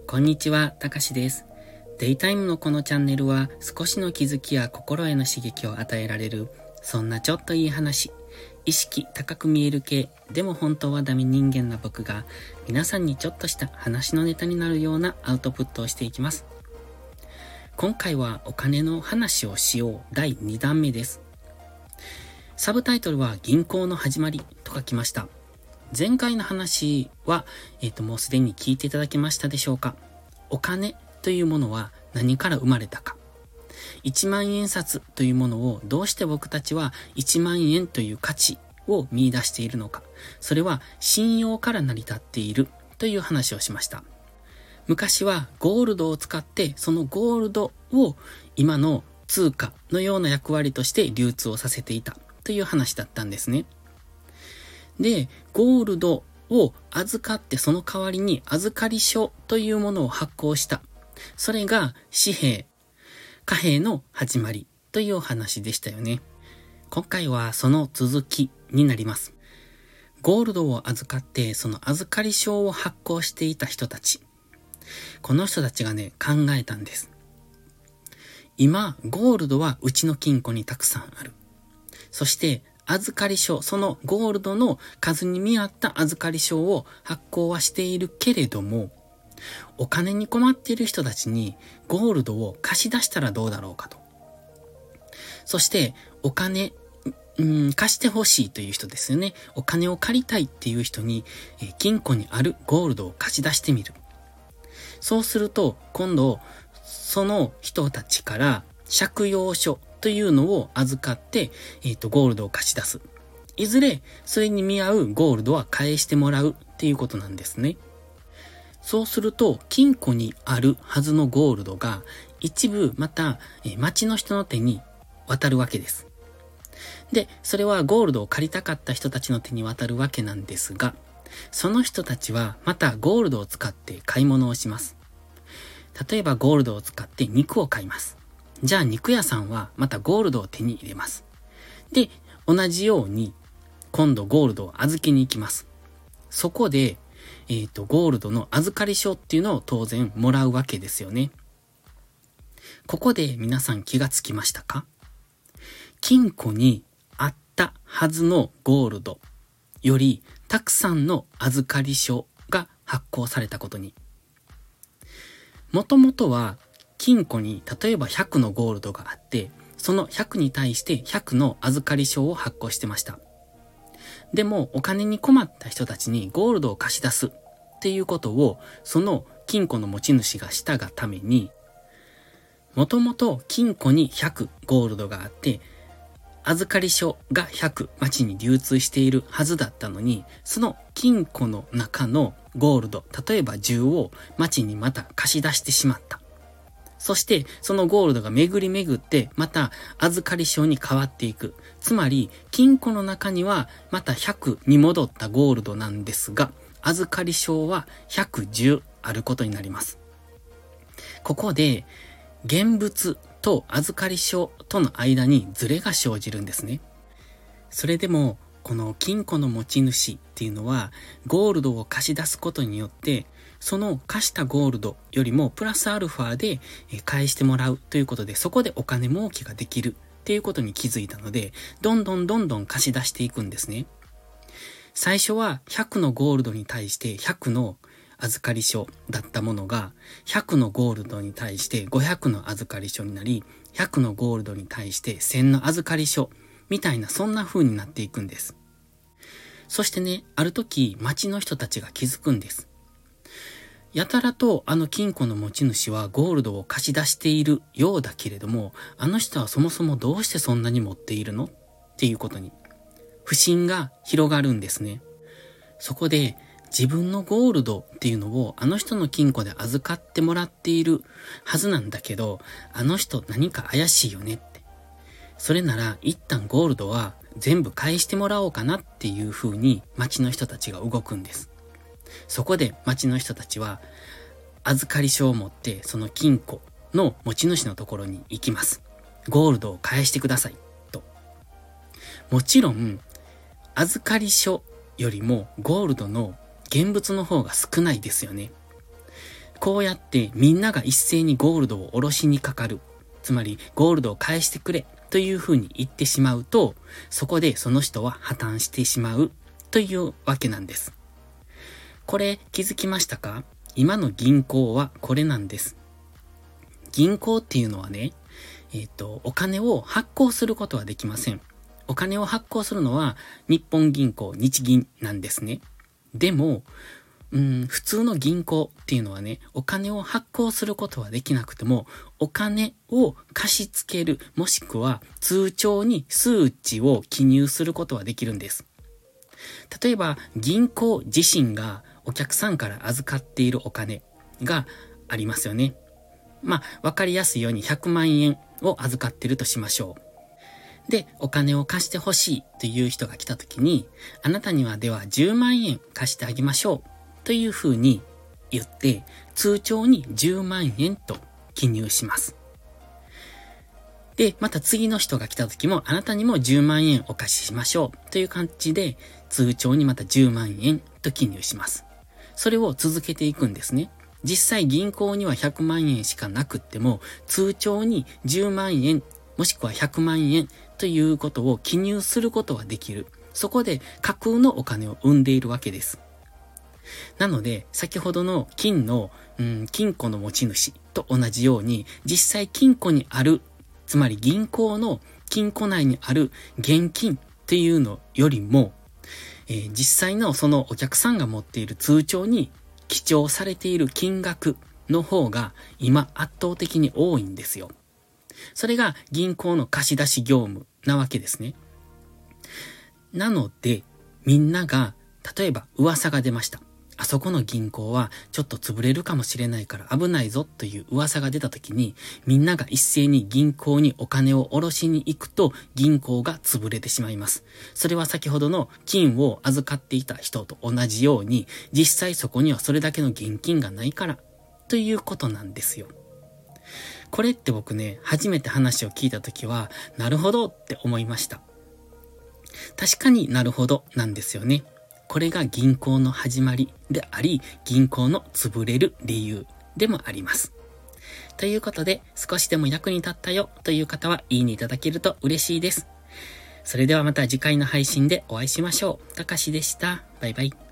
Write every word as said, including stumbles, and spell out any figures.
こんにちは、たかしです。デイタイムのこのチャンネルは少しの気づきや心への刺激を与えられる、そんなちょっといい話、意識高く見える系、でも本当はダメ人間な僕が皆さんにちょっとした話のネタになるようなアウトプットをしていきます。今回はお金の話をしようだいにだんめです。サブタイトルは銀行の始まりと書きました。前回の話は、えっと、もうすでに聞いていただけましたでしょうか。お金というものは何から生まれたか。いちまんえん札というものをどうして僕たちはいちまんえんという価値を見出しているのか。それは信用から成り立っているという話をしました。昔はゴールドを使ってそのゴールドを今の通貨のような役割として流通をさせていたという話だったんですね。で、ゴールドを預かってその代わりに預かり書というものを発行した。それが紙幣、貨幣の始まりというお話でしたよね。今回はその続きになります。ゴールドを預かってその預かり書を発行していた人たち。この人たちがね、考えたんです。今、ゴールドはうちの金庫にたくさんある。そして、預かり書、そのゴールドの数に見合った預かり書を発行はしているけれども、お金に困っている人たちにゴールドを貸し出したらどうだろうかと。そして、お金、うん、貸してほしいという人ですよね。お金を借りたいっていう人に、えー、金庫にあるゴールドを貸し出してみる。そうすると、今度、その人たちから借用書というのを預かって、えっと、ゴールドを貸し出す。いずれ、それに見合うゴールドは返してもらうっていうことなんですね。そうすると、金庫にあるはずのゴールドが、一部また、え町の人の手に渡るわけです。で、それはゴールドを借りたかった人たちの手に渡るわけなんですが、その人たちはまたゴールドを使って買い物をします。例えばゴールドを使って肉を買います。じゃあ肉屋さんはまたゴールドを手に入れます。で、同じように今度ゴールドを預けに行きます。そこで、えっと、ゴールドの預かり書っていうのを当然もらうわけですよね。ここで皆さん気がつきましたか？金庫にあったはずのゴールドよりたくさんの預かり書が発行されたことに。もともとは金庫に例えばひゃくのゴールドがあって、そのひゃくに対してひゃくの預かり書を発行してました。でもお金に困った人たちにゴールドを貸し出すっていうことをその金庫の持ち主がしたがために、もともと金庫にひゃくゴールドがあって、預かり書がひゃく町に流通しているはずだったのに、その金庫の中のゴールド、例えばじゅうを町にまた貸し出してしまった。そして、そのゴールドが巡り巡って、また預かり書に変わっていく。つまり、金庫の中にはまたひゃくに戻ったゴールドなんですが、預かり書はひゃくじゅうあることになります。ここで、現物と預かり書との間にズレが生じるんですね。それでも、この金庫の持ち主っていうのは、ゴールドを貸し出すことによって、その貸したゴールドよりもプラスアルファで返してもらうということで、そこでお金儲けができるっていうことに気づいたので、どんどんどんどん貸し出していくんですね。最初はひゃくのゴールドに対してひゃくの預かり書だったものが、ひゃくのゴールドに対してごひゃくの預かり書になり、ひゃくのゴールドに対してせんの預かり書みたいな、そんな風になっていくんです。そしてね、ある時町の人たちが気づくんです。やたらとあの金庫の持ち主はゴールドを貸し出しているようだけれども、あの人はそもそもどうしてそんなに持っているのっていうことに不信が広がるんですね。そこで自分のゴールドっていうのをあの人の金庫で預かってもらっているはずなんだけど、あの人何か怪しいよねって。それなら一旦ゴールドは全部返してもらおうかなっていう風に町の人たちが動くんです。そこで町の人たちは預かり書を持ってその金庫の持ち主のところに行きます。ゴールドを返してくださいと。もちろん預かり書よりもゴールドの現物の方が少ないですよね。 こうやってみんなが一斉にゴールドを下ろしにかかる。つまりゴールドを返してくれというふうに言ってしまうと、そこでその人は破綻してしまうというわけなんです。これ気づきましたか？今の銀行はこれなんです。銀行っていうのはね、えっと、お金を発行することはできません。お金を発行するのは日本銀行、日銀なんですね。でも、うん、普通の銀行っていうのはね、お金を発行することはできなくても、お金を貸し付ける、もしくは通帳に数値を記入することはできるんです。例えば、銀行自身がお客さんから預かっているお金がありますよね。まあ、わかりやすいようにひゃくまんえんを預かってるとしましょう。で、お金を貸してほしいという人が来たときに、あなたにはではじゅうまんえん貸してあげましょうというふうに言って、通帳にじゅうまんえんと記入します。で、また次の人が来たときも、あなたにもじゅうまんえんお貸ししましょうという感じで、通帳にまたじゅうまんえんと記入します。それを続けていくんですね。実際銀行にはひゃくまんえんしかなくっても、通帳にじゅうまんえんもしくはひゃくまんえんということを記入することはできる。そこで架空のお金を生んでいるわけです。なので、先ほどの金の、うん、金庫の持ち主と同じように、実際金庫にある、つまり銀行の金庫内にある現金っていうのよりも、えー、実際のそのお客さんが持っている通帳に記帳されている金額の方が今圧倒的に多いんですよ。それが銀行の貸し出し業務なわけですね。なので、みんなが、例えば噂が出ました。あそこの銀行はちょっと潰れるかもしれないから危ないぞという噂が出た時に、みんなが一斉に銀行にお金を下ろしに行くと銀行が潰れてしまいます。それは先ほどの金を預かっていた人と同じように、実際そこにはそれだけの現金がないからということなんですよ。これって僕ね、初めて話を聞いた時は、なるほどって思いました。確かになるほどなんですよね。これが銀行の始まりであり、銀行の潰れる理由でもあります。ということで、少しでも役に立ったよという方はいいねいただけると嬉しいです。それではまた次回の配信でお会いしましょう。たかしでした。バイバイ。